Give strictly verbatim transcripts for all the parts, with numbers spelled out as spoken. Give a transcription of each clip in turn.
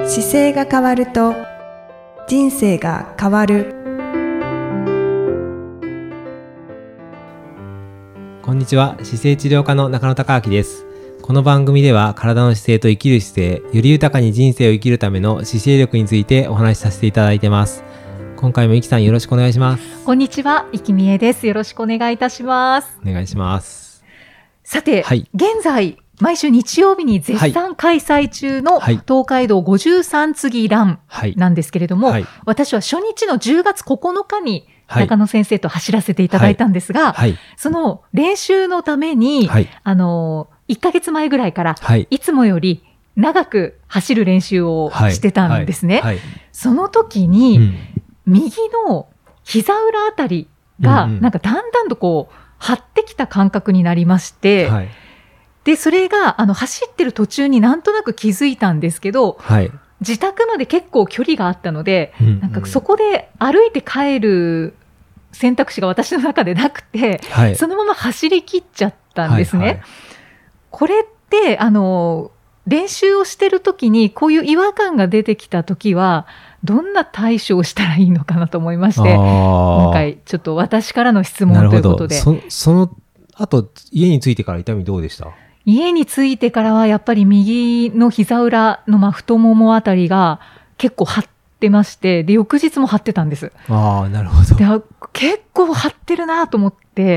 姿勢が変わると人生が変わる。 こんにちは。姿勢治療科の中野孝明です。この番組では体の姿勢と生きる姿勢、より豊かに人生を生きるための姿勢力についてお話しさせていただいてます。今回もいきさんよろしくお願いします。 こんにちは、いきみえです。よろしくお願いいたします。 お願いします。 さて、はい、現在毎週日曜日に絶賛開催中の東海道ごじゅうさん次ランなんですけれども、はいはい、私は初日のじゅうがつここのかに中野先生と走らせていただいたんですが、はいはい、その練習のために、はい、あのいっかげつまえぐらいから、はい、いつもより長く走る練習をしてたんですね。はいはいはい、その時に、うん、右の膝裏あたりがなんかだんだんとこう張ってきた感覚になりまして、はい、でそれがあの走ってる途中になんとなく気づいたんですけど、はい、自宅まで結構距離があったので、うんうん、なんかそこで歩いて帰る選択肢が私の中でなくて、はい、そのまま走り切っちゃったんですね。はいはい、これってあの練習をしてる時にこういう違和感が出てきた時はどんな対処をしたらいいのかなと思いまして、今回ちょっと私からの質問ということで。 そ, そのあと家に着いてから痛みどうでした？ 家に着いてからはやっぱり右の膝裏のまあ太ももあたりが結構張ってまして、で翌日も張ってたんです。 ああ、なるほど。 で結構張ってるなと思って、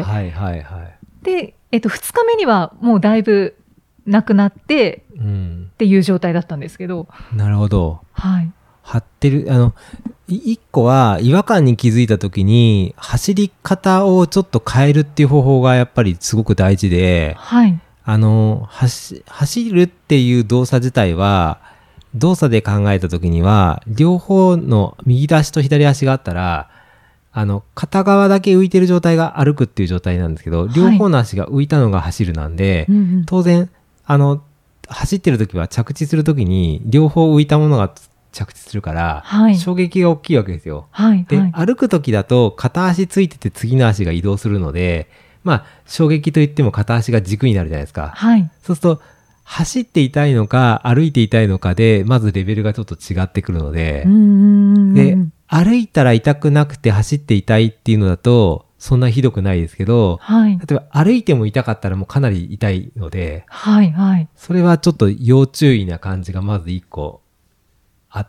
はいはいはい。 で、えっと、ふつかめにはもうだいぶなくなって、うん、っていう状態だったんですけど。 なるほど。 はい。 張ってる、あのいっこは違和感に気づいた時に走り方をちょっと変えるっていう方法がやっぱりすごく大事で、はい。あの走、走るっていう動作自体は動作で考えた時には両方の右足と左足があったらあの片側だけ浮いてる状態が歩くっていう状態なんですけど、両方の足が浮いたのが走るなんで、はい、うんうん、当然あの走ってる時は着地する時に両方浮いたものが着地するから、はい、衝撃が大きいわけですよ。はい、で、はい、歩く時だと片足ついてて次の足が移動するので、まあ、衝撃といっても片足が軸になるじゃないですか。はい。そうすると、走っていたいのか、歩いていたいのかで、まずレベルがちょっと違ってくるので、うーん、で、歩いたら痛くなくて走っていたいっていうのだと、そんなひどくないですけど、はい、例えば歩いても痛かったらもうかなり痛いので、はいはい。それはちょっと要注意な感じがまず一個あって、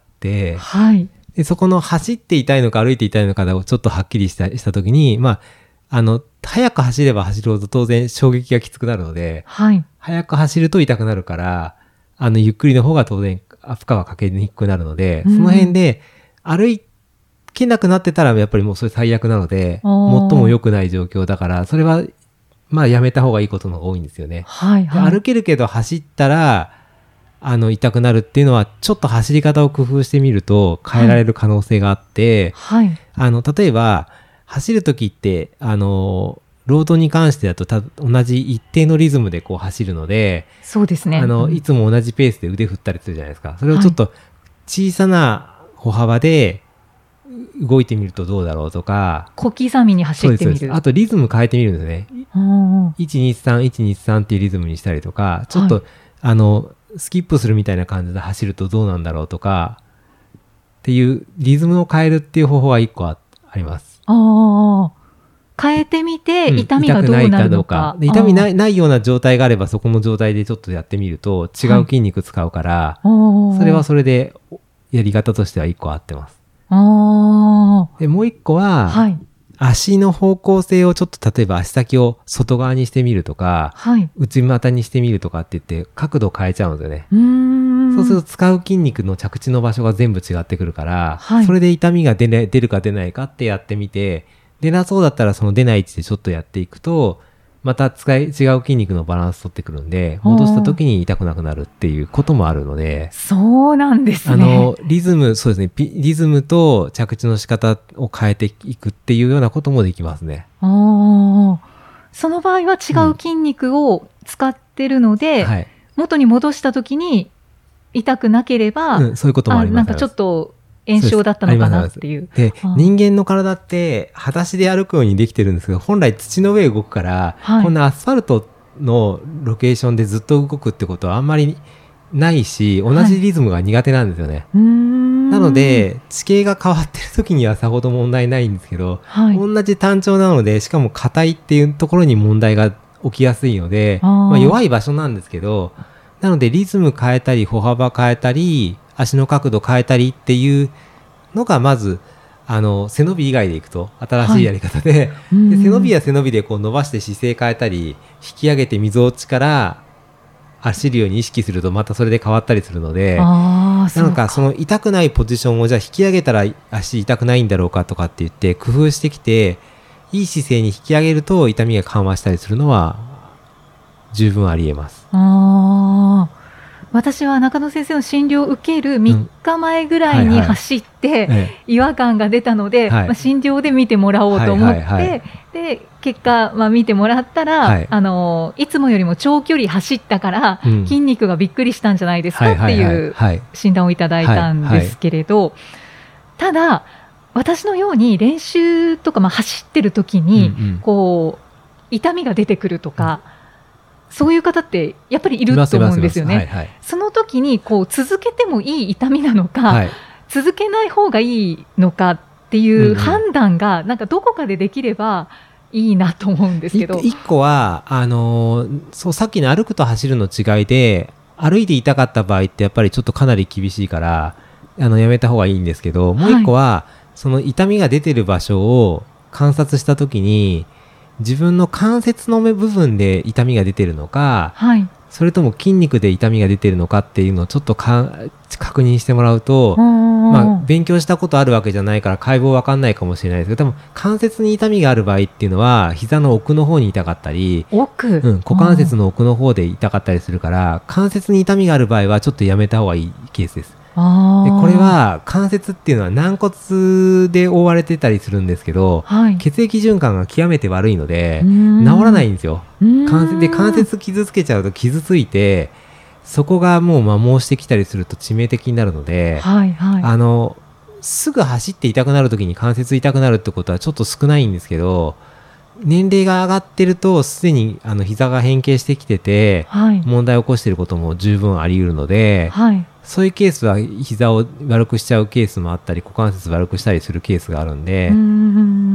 はい。で、そこの走っていたいのか歩いていたいのかをちょっとはっきりした、したときに、まあ、あの、早く走れば走るほど当然衝撃がきつくなるので、はい、早く走ると痛くなるから、あの、ゆっくりの方が当然負荷はかけにくくなるので、うん、その辺で歩けなくなってたらやっぱりもうそれ最悪なので、最も良くない状況だから、それはまあやめた方がいいことの方が多いんですよね。はいはい、歩けるけど走ったら、あの、痛くなるっていうのは、ちょっと走り方を工夫してみると変えられる可能性があって、はいはい、あの、例えば、走るときって、あの、ロードに関してだとた同じ一定のリズムでこう走るので、 そうですね。 あの、うん、いつも同じペースで腕振ったりするじゃないですか。それをちょっと小さな歩幅で動いてみるとどうだろうとか、 小刻みに走ってみる。 あとリズム変えてみるんですね。いちにさん、いちにさんっていうリズムにしたりとか、ちょっと、はい、あの、スキップするみたいな感じで走るとどうなんだろうとか、っていうリズムを変えるっていう方法はいっこ あ, あります。 ああ、変えてみて痛みがどうなるのか、 うん、痛くないかどうか。で痛みない、ないような状態があればそこの状態でちょっとやってみると違う筋肉使うから、はい、それはそれでやり方としてはいっこ合ってます。あでもういっこは、はい、足の方向性をちょっと例えば足先を外側にしてみるとか、はい、内股にしてみるとかって言って角度を変えちゃうんですよね。うーん、そうすると使う筋肉の着地の場所が全部違ってくるから、はい、それで痛みが出ない、出るか出ないかってやってみて、出なそうだったらその出ない位置でちょっとやっていくと、また使い違う筋肉のバランス取ってくるんで、戻した時に痛くなくなるっていうこともあるので。 そうなんですね。 あの、リズム、そうですね。リズムと着地の仕方を変えていくっていうようなこともできますね。 ああ。その場合は違う筋肉を使ってるので、うん、はい、元に戻した時に痛くなければ、 うん、そういうこともあります。 なんかちょっと炎症だったのかなっていう。 で、人間の体って裸足で歩くようにできてるんですけど、本来土の上動くから、はい、こんなアスファルトのロケーションでずっと動くってことはあんまりないし、同じリズムが苦手なんですよね。はい、なので地形が変わってる時にはさほど問題ないんですけど、はい、同じ単調なのでしかも硬いっていうところに問題が起きやすいので、あ、まあ、弱い場所なんですけど、なのでリズム変えたり歩幅変えたり足の角度変えたりっていうのがまずあの背伸び以外でいくと新しいやり方で、はい、で背伸びや背伸びでこう伸ばして姿勢変えたり引き上げてみぞおちから走るように意識するとまたそれで変わったりするので、なんかその痛くないポジションをじゃあ引き上げたら足痛くないんだろうかとかって言って工夫してきていい姿勢に引き上げると痛みが緩和したりするのは十分ありえます。あ、 私は中野先生の診療を受けるみっかまえぐらいに走って違和感が出たので、まあ、診療で見てもらおうと思って、はいはいはい、で結果、まあ、見てもらったら、はい、あのいつもよりも長距離走ったから、うん、筋肉がびっくりしたんじゃないですかっていう診断をいただいたんですけれど、はいはいはい、ただ私のように練習とか、まあ、走ってる時に、うんうん、こう痛みが出てくるとか、うん、そういう方ってやっぱりいると思うんですよね。はいはい、その時にこう続けてもいい痛みなのか、はい、続けない方がいいのかっていう判断がなんかどこかでできればいいなと思うんですけど、 一個はあのー、そうさっきの歩くと走るの違いで歩いて痛かった場合ってやっぱりちょっとかなり厳しいからあのやめた方がいいんですけど、もう一個は、はい、その痛みが出てる場所を観察した時に自分の関節の部分で痛みが出てるのか、はい、それとも筋肉で痛みが出てるのかっていうのをちょっとか確認してもらうと、まあ、勉強したことあるわけじゃないから解剖わかんないかもしれないですけど、多分関節に痛みがある場合っていうのは膝の奥の方に痛かったり、 奥、 うん、股関節の奥の方で痛かったりするから、関節に痛みがある場合はちょっとやめた方がいいケースです。あでこれは関節っていうのは軟骨で覆われてたりするんですけど、はい、血液循環が極めて悪いので治らないんですよ。関節で関節傷つけちゃうと傷ついてそこがもう摩耗してきたりすると致命的になるので、はいはい、あのすぐ走って痛くなるときに関節痛くなるってことはちょっと少ないんですけど、年齢が上がってるとすでにあの膝が変形してきてて、はい、問題を起こしていることも十分あり得るので、はい、そういうケースは膝を悪くしちゃうケースもあったり股関節悪くしたりするケースがあるんで、うん、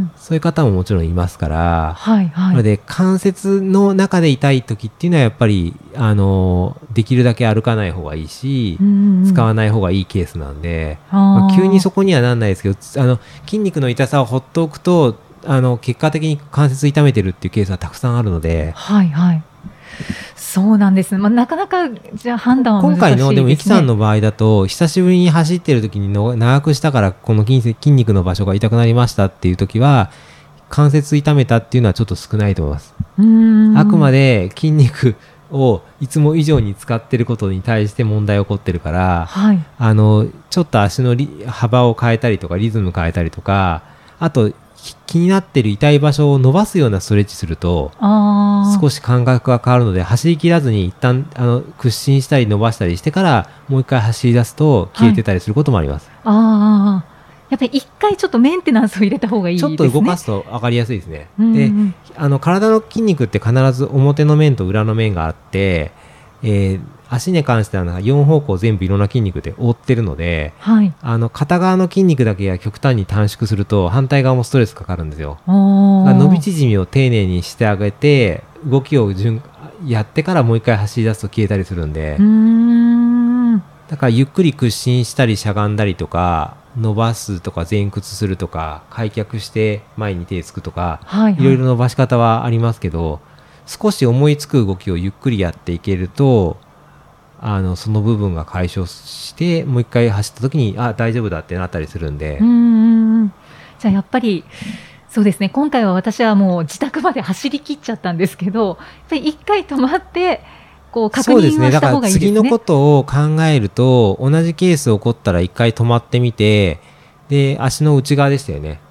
そういう方ももちろんいますから、はいはい、なので関節の中で痛い時っていうのはやっぱりあのできるだけ歩かない方がいいし、うん、使わない方がいいケースなんで、まあ、急にそこにはなんないですけど、あの筋肉の痛さを放っておくとあの結果的に関節痛めてるっていうケースはたくさんあるので、 はいはい、そうなんです、まあ、なかなかじゃあ判断は難しいですね。 今回のでもイキさんの場合だと久しぶりに走ってる時にの長くしたからこの 筋, 筋肉の場所が痛くなりましたっていう時は関節痛めたっていうのはちょっと少ないと思います。うーん、あくまで筋肉をいつも以上に使ってることに対して問題起こってるから、はい、あのちょっと足の幅を変えたりとかリズム変えたりとか、あと気になってる痛い場所を伸ばすようなストレッチすると少し感覚が変わるので、走り切らずに一旦あの屈伸したり伸ばしたりしてからもう一回走り出すと消えてたりすることもあります。はい、 あやっぱり一回ちょっとメンテナンスを入れた方がいいですね。 ちょっと動かすと分かりやすいですね。うんうん、であの体の筋肉って必ず表の面と裏の面があって、えー足に関してはよん方向全部いろんな筋肉で覆ってるので、はい、あの片側の筋肉だけが極端に短縮すると反対側もストレスかかるんですよ。伸び縮みを丁寧にしてあげて動きを順やってからもう一回走り出すと消えたりするんで、うーん、だからゆっくり屈伸したりしゃがんだりとか伸ばすとか前屈するとか開脚して前に手つくとか、はいはい、いろいろ伸ばし方はありますけど、少し思いつく動きをゆっくりやっていけるとあのその部分が解消してもう一回走った時にあ大丈夫だってなったりするんで、うーん、じゃあやっぱりそうですね、今回は私はもう自宅まで走り切っちゃったんですけど、やっぱり一回止まってこう確認はした方がいいですね。 だから次のことを考えると同じケース起こったら一回止まってみて、で足の内側でしたよね。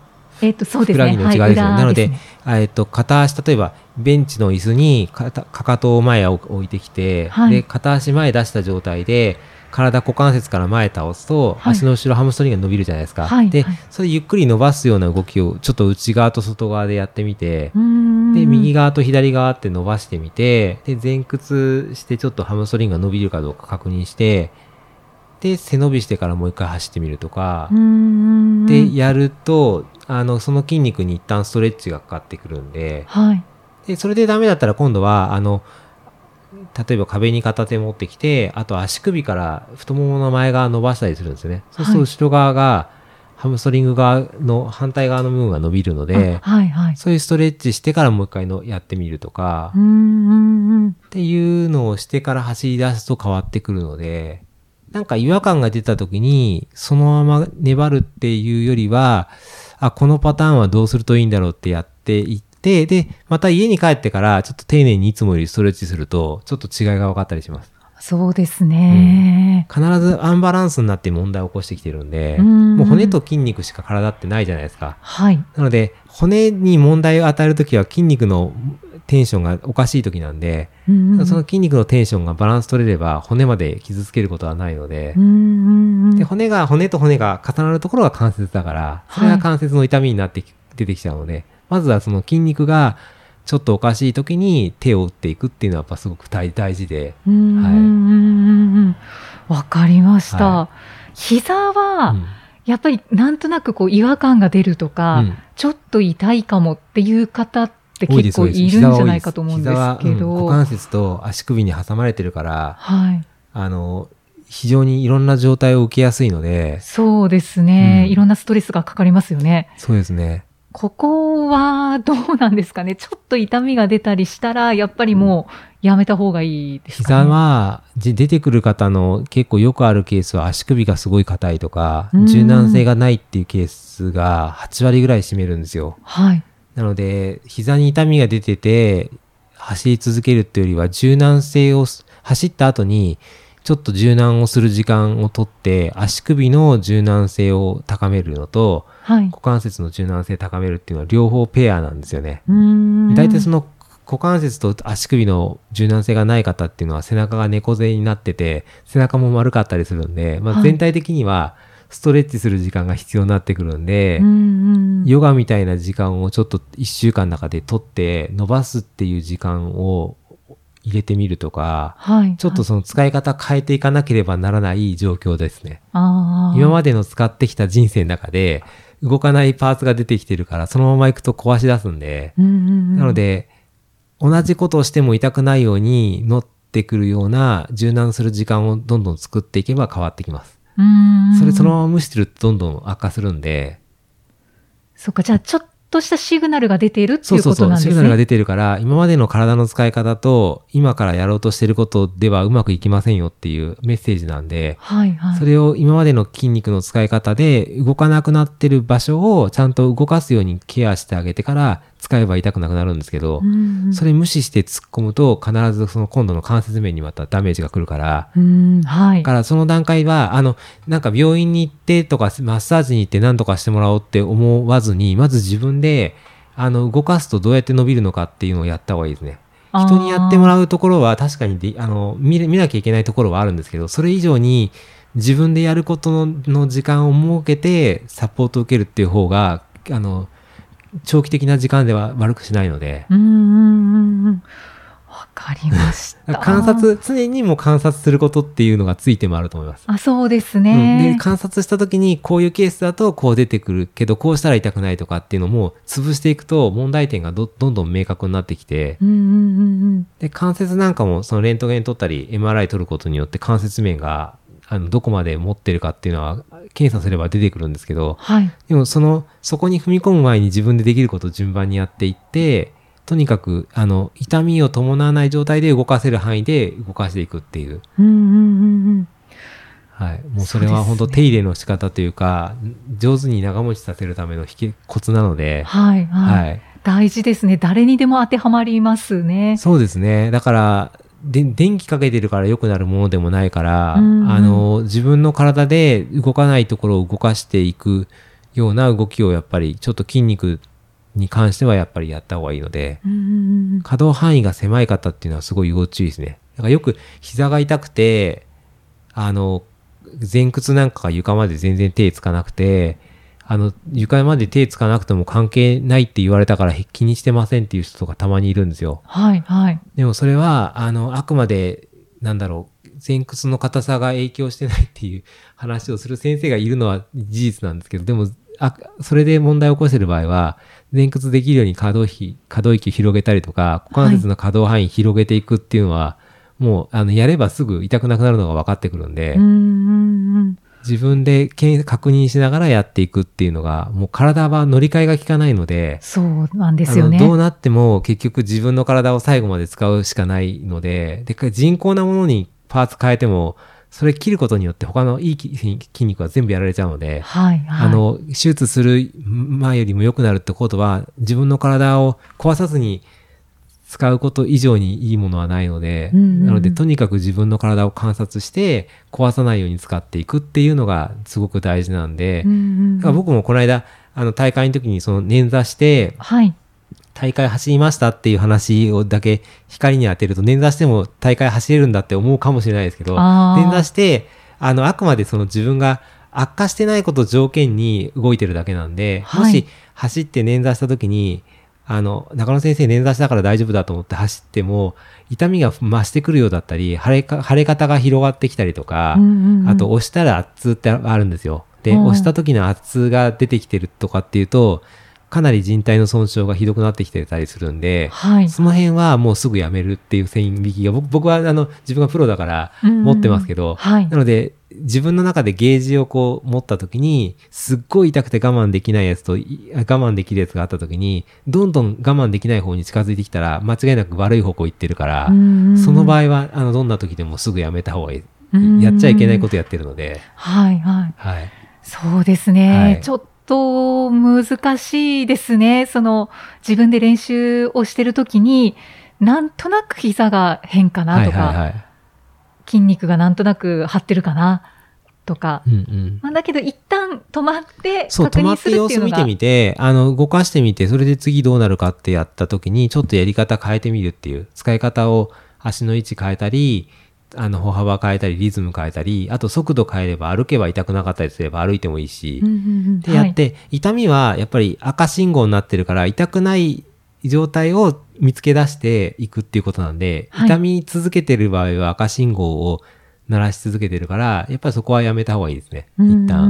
えー、とそうですね、 ふくらはぎの内側ですよね、はい、なので、 ね、 えー、と片足、例えばベンチの椅子にかかとを前を置いてきて、はい、で片足前出した状態で体股関節から前倒すと、はい、足の後ろハムストリングが伸びるじゃないですか、はい、で、はい、それゆっくり伸ばすような動きをちょっと内側と外側でやってみて、で右側と左側って伸ばしてみて、で前屈してちょっとハムストリングが伸びるかどうか確認して、で背伸びしてからもう一回走ってみるとかでやると、あのその筋肉に一旦ストレッチがかかってくるんで、はい、でそれでダメだったら今度はあの例えば壁に片手持ってきて、あと足首から太ももの前側伸ばしたりするんですよね。そうすると後ろ側がハムストリング側の反対側の部分が伸びるので、はいはい、そういうストレッチしてからもう一回のやってみるとか、うんうんうん、っていうのをしてから走り出すと変わってくるので、なんか違和感が出た時にそのまま粘るっていうよりは、あ、このパターンはどうするといいんだろうってやっていって、でまた家に帰ってからちょっと丁寧にいつもよりストレッチするとちょっと違いが分かったりします。 そうですね、 うん、必ずアンバランスになって問題を起こしてきてるんで、うんもう骨と筋肉しか体ってないじゃないですか、はい、なので骨に問題を与えるときは筋肉のテンションがおかしいときなんで、うんうん、その筋肉のテンションがバランス取れれば骨まで傷つけることはないので、うんうんうん、で骨が骨と骨が重なるところが関節だから、それが関節の痛みになって出てきちゃうので、まずはその筋肉がちょっとおかしい時に手を打っていくっていうのはやっぱすごく大事で、 うん、はい、うん、わかりました、はい、膝は、うん、やっぱりなんとなくこう違和感が出るとか、うん、ちょっと痛いかもっていう方って結構いるんじゃないかと思うんですけど、 膝は、うん、股関節と足首に挟まれてるから、はい、あの非常にいろんな状態を受けやすいので、 そうですね、うん、いろんなストレスがかかりますよね。 そうですね。 ここはどうなんですかね。ちょっと痛みが出たりしたらやっぱりもうやめた方がいいですかね。 膝は出てくる方の結構よくあるケースは足首がすごい硬いとか柔軟性がないっていうケースがはちわりぐらい占めるんですよ。はい。なので膝に痛みが出てて走り続けるっていうよりは、柔軟性を走った後にちょっと柔軟をする時間をとって足首の柔軟性を高めるのと、はい、股関節の柔軟性を高めるっていうのは両方ペアなんですよね。だいたいその股関節と足首の柔軟性がない方っていうのは背中が猫背になってて背中も丸かったりするんで、まあ、全体的にはストレッチする時間が必要になってくるんで、はい、ヨガみたいな時間をちょっといっしゅうかんの中で取って伸ばすっていう時間を入れてみるとか、はい、ちょっとその使い方変えていかなければならない状況ですね。あ、今までの使ってきた人生の中で動かないパーツが出てきてるから、そのまま行くと壊し出すんで、うんうんうん、なので同じことをしても痛くないように乗ってくるような柔軟する時間をどんどん作っていけば変わってきます。うん、それそのまま無視するとどんどん悪化するんで。 そっか、じゃあちょっとしたシグナルが出ているっていうことなんですね。そうそうそう、 シグナルが出てるから、今までの体の使い方と今からやろうとしてることではうまくいきませんよっていうメッセージなんで、はいはい、それを今までの筋肉の使い方で動かなくなってる場所をちゃんと動かすようにケアしてあげてから使えば痛くなくなるんですけど、うんうん、それ無視して突っ込むと必ずその今度の関節面にまたダメージが来るから、うん、はい、だからその段階はあのなんか病院に行ってとかマッサージに行って何とかしてもらおうって思わずに、まず自分であの動かすとどうやって伸びるのかっていうのをやった方がいいですね。人にやってもらうところは確かにであの 見, 見なきゃいけないところはあるんですけど、それ以上に自分でやること の, の時間を設けてサポートを受けるっていう方があの長期的な時間では悪くしないので。うんうんうん、 わかりました。 観察、常にも観察することっていうのがついてもあると思います。 あ、そうですね、 うん、で観察した時にこういうケースだとこう出てくるけどこうしたら痛くないとかっていうのも潰していくと問題点が ど, どんどん明確になってきて、うんうんうんうん、で関節なんかもそのレントゲン取ったり エムアールアイ 取ることによって関節面があのどこまで持ってるかっていうのは検査すれば出てくるんですけど、はい、でもそのそこに踏み込む前に自分でできることを順番にやっていって、とにかくあの痛みを伴わない状態で動かせる範囲で動かしていくっていう、うんうんうんうん、はい、もうそれは本当手入れの仕方というか、上手に長持ちさせるためのコツなので、はいはいはい、 大事ですね。誰にでも当てはまりますね。 そうですね。だからで電気かけてるから良くなるものでもないから、うんうん、あの自分の体で動かないところを動かしていくような動きをやっぱりちょっと筋肉に関してはやっぱりやった方がいいので、うん、可動範囲が狭い方っていうのはすごい要注意ですね。だからよく膝が痛くて、あの、前屈なんかが床まで全然手つかなくて、あの、床まで手つかなくても関係ないって言われたから気にしてませんっていう人とかたまにいるんですよ。 はい、はい。 でもそれは、あの、あくまで、なんだろう、前屈の硬さが影響してないっていう話をする先生がいるのは事実なんですけど、でも、あ、それで問題を起こしている場合は、前屈できるように可動域、可動域を広げたりとか、股関節の可動範囲広げていくっていうのは、はい、もう、あの、やればすぐ痛くなくなるのが分かってくるんで、うんうんうん、自分で確認しながらやっていくっていうのが、もう体は乗り換えが効かないので、 そうなんですよね。 どうなっても結局自分の体を最後まで使うしかないので、で、人工なものにパーツ変えても、それ切ることによって他のいい筋肉は全部やられちゃうので、はいはい、あの、手術する前よりも良くなるってことは、自分の体を壊さずに使うこと以上にいいものはないので、うんうん、なのでとにかく自分の体を観察して壊さないように使っていくっていうのがすごく大事なんで、うんうん、だから僕もこの間、あの大会の時にその捻挫して、はい、大会走りましたっていう話をだけ光に当てると、捻挫しても大会走れるんだって思うかもしれないですけど、捻挫して、あの、あくまでその自分が悪化してないことを条件に動いてるだけなんで、はい、もし走って捻挫した時に、あの、中野先生捻挫したから大丈夫だと思って走っても、痛みが増してくるようだったり、腫れか、腫れ方が広がってきたりとか、うんうんうん、あと押したら圧痛ってあるんですよ。で、押した時の圧痛が出てきてるとかっていうと、かなり人体の損傷がひどくなってきてたりするんで、はい、その辺はもうすぐやめるっていう線引きが、僕、僕はあの自分がプロだから持ってますけど、うんはい、なので自分の中でゲージをこう持った時に、すっごい痛くて我慢できないやつと我慢できるやつがあった時に、どんどん我慢できない方に近づいてきたら間違いなく悪い方向行ってるから、うんその場合はあのどんな時でもすぐやめた方がいい。うんやっちゃいけないことやってるので。 はいはい。はい、そうですね。はい、ちょっとと難しいですね。その自分で練習をしてるときになんとなく膝が変かなとか、はいはいはい、筋肉がなんとなく張ってるかなとか、うんうんまあ、だけど一旦止まって確認するっていうのが、そう止まって様子見てみて、あの動かしてみて、それで次どうなるかってやったときにちょっとやり方変えてみるっていう、使い方を足の位置変えたり、あの歩幅変えたりリズム変えたり、あと速度変えれば、歩けば痛くなかったりすれば歩いてもいいし、うんうんうん、でやって、はい、痛みはやっぱり赤信号になってるから痛くない状態を見つけ出していくっていうことなんで、はい、痛み続けてる場合は赤信号を鳴らし続けてるから、やっぱりそこはやめた方がいいですね、一旦、うんうんうん、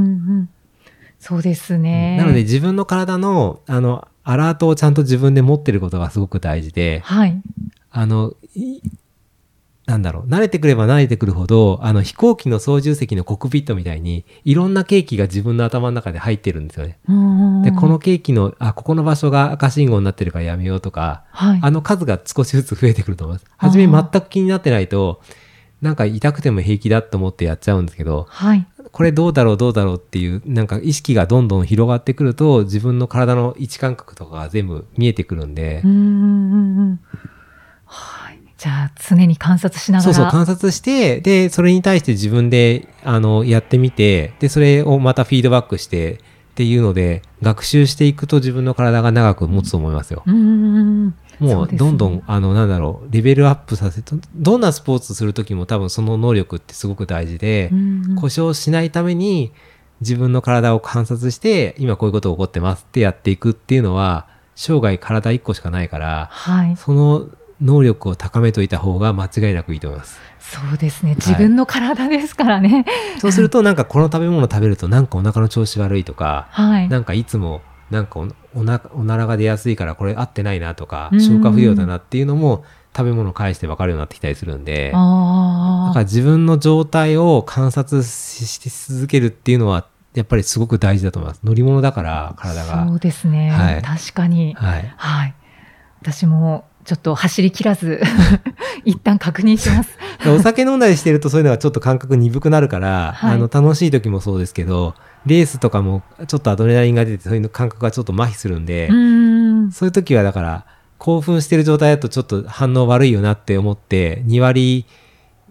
そうですね。 なので自分の体のあのアラートをちゃんと自分で持ってることがすごく大事で、はい、あのなんだろう、慣れてくれば慣れてくるほど、あの飛行機の操縦席のコックピットみたいにいろんな計器が自分の頭の中で入ってるんですよね。で、この計器の、あ、ここの場所が赤信号になってるからやめようとか、はい、あの数が少しずつ増えてくると思います。はじめ全く気になってないと、なんか痛くても平気だと思ってやっちゃうんですけど、はい、これどうだろうどうだろうっていう、なんか意識がどんどん広がってくると、自分の体の位置感覚とかが全部見えてくるんで、うんうんうんはい、じゃあ常に観察しながら。 そうそう、観察して、で、それに対して自分で、あの、やってみて、で、それをまたフィードバックして、っていうので、学習していくと自分の体が長く持つと思いますよ。うーんもう、どんどん、ね、あの、なんだろう、レベルアップさせて、どんなスポーツするときも多分その能力ってすごく大事で、故障しないために自分の体を観察して、今こういうことが起こってますってやっていくっていうのは、生涯体いっこしかないから、はい、その、能力を高めといた方が間違いなくいいと思います。 そうですね。自分の体ですからね。 はい、そうするとなんかこの食べ物食べるとなんかお腹の調子悪いとか、はい、なんかいつもなんか お, お, なおならが出やすいからこれ合ってないなとか、消化不良だなっていうのも食べ物を介して分かるようになってきたりするんで、あだから自分の状態を観察し続けるっていうのはやっぱりすごく大事だと思います。乗り物だから体が。 そうですね。はい、確かに。はい。はい。私もちょっと走り切らず一旦確認します。 お酒飲んだりしてるとそういうのがちょっと感覚鈍くなるから、はい、あの楽しい時もそうですけど、レースとかもちょっとアドレナリンが出てそういう感覚がちょっと麻痺するんで、うーんそういう時はだから興奮してる状態だとちょっと反応悪いよなって思ってに割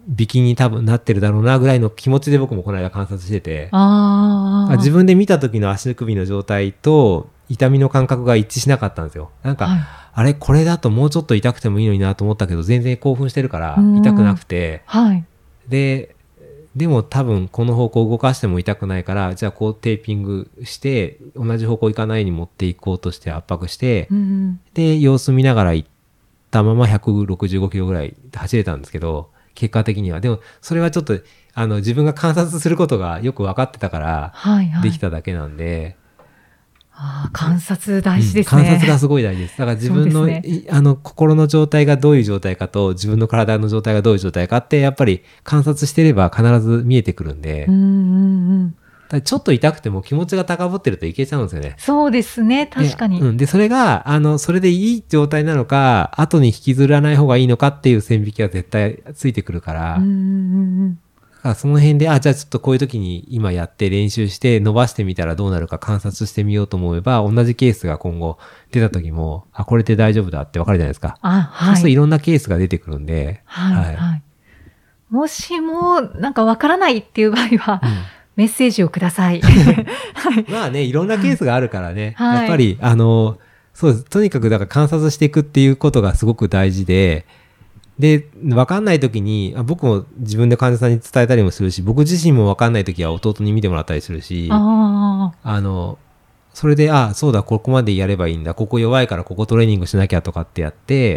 引きに多分なってるだろうなぐらいの気持ちで僕もこの間観察してて、あ自分で見た時の足首の状態と痛みの感覚が一致しなかったんですよ。なんか、はい、あれこれだともうちょっと痛くてもいいのになと思ったけど全然興奮してるから痛くなくて、はい、ででも多分この方向動かしても痛くないから、じゃあこうテーピングして同じ方向行かないように持っていこうとして圧迫して、うん、で様子見ながら行ったままひゃくろくじゅうごキロぐらい走れたんですけど、結果的にはでもそれはちょっとあの自分が観察することがよく分かってたからできただけなんで、はいはい、 あ観察大事ですね、 うん、観察がすごい大事です。だから自分の、ね、あの心の状態がどういう状態かと自分の体の状態がどういう状態かってやっぱり観察してれば必ず見えてくるんで、うんうんうん、だちょっと痛くても気持ちが高ぶってるといけちゃうんですよね。 そうですね、確かに。 で、うん、でそれがあのそれでいい状態なのか後に引きずらない方がいいのかっていう線引きは絶対ついてくるから、うんうんうんその辺で、あ、じゃあちょっとこういう時に今やって練習して伸ばしてみたらどうなるか観察してみようと思えば、同じケースが今後出た時も、あ、これで大丈夫だってわかるじゃないですか。あ、はい。そうするといろんなケースが出てくるんで。はい。はいはい、 もしも、なんかわからないっていう場合は、うん、メッセージをください。 はい、まあね、いろんなケースがあるからね。はい、やっぱり、あの、そうです。とにかくだから観察していくっていうことがすごく大事で、で、わかんないときに、僕も自分で患者さんに伝えたりもするし、僕自身もわかんないときは弟に見てもらったりするし、ああの、それで、あ、そうだ、ここまでやればいいんだ、ここ弱いからここトレーニングしなきゃとかってやって、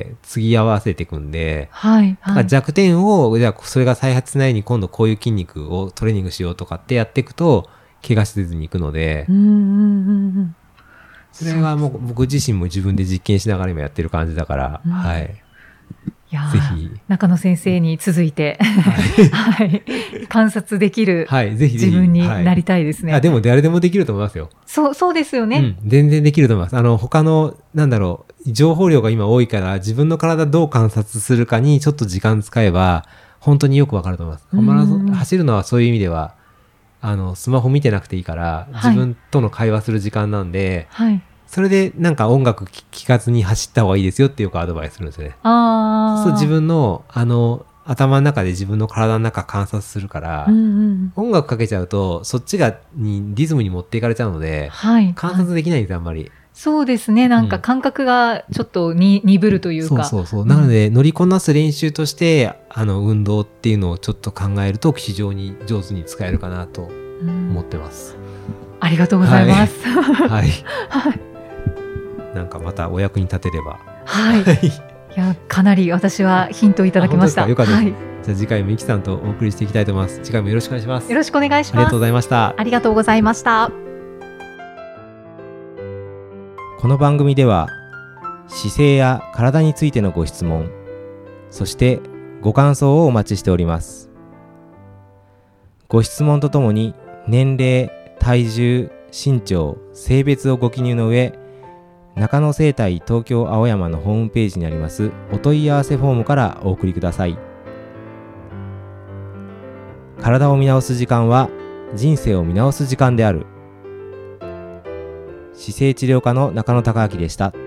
次合わせていくんで、はい、はい、弱点を、じゃあそれが再発しないように今度こういう筋肉をトレーニングしようとかってやっていくと、怪我せずにいくので、うんうんうんうん、それはもう僕自身も自分で実験しながら今やってる感じだから、うん、はい。 いやぜひ中野先生に続いて、はいはい、観察できる自分になりたいですね。 はい、あでも誰でもできると思いますよ。 そうそうですよね、 うん。全然できると思います。あの他のなんだろう情報量が今多いから自分の体どう観察するかにちょっと時間使えば本当によくわかると思います。マラソン走るのはそういう意味ではあのスマホ見てなくていいから自分との会話する時間なんで。はいはいそれでなんか音楽聴かずに走った方がいいですよってよくアドバイスするんですよね。あそう自分のあの頭の中で自分の体の中観察するから、うんうん、音楽かけちゃうとそっちがにリズムに持っていかれちゃうので、はい、観察できないんですよ、はい、あんまり。 そうですね。なんか感覚がちょっとに、うん、鈍るというか。 そうそうそう。なので乗りこなす練習としてあの運動っていうのをちょっと考えると非常に上手に使えるかなと思ってます。 うん、ありがとうございます。はい。はいはいなんかまたお役に立てれば。 はい。いや、かなり私はヒントいただきました。 よかったです。はい、じゃあ次回もイキさんとお送りしていきたいと思います。次回もよろしくお願いします。 よろしくお願いします。ありがとうございました。 ありがとうございました。 この番組では姿勢や体についてのご質問、そしてご感想をお待ちしております。ご質問とともに年齢、体重、身長、性別をご記入の上、中野生態東京青山のホームページにありますお問い合わせフォームからお送りください。体を見直す時間は人生を見直す時間である。姿勢治療科の中野孝明でした。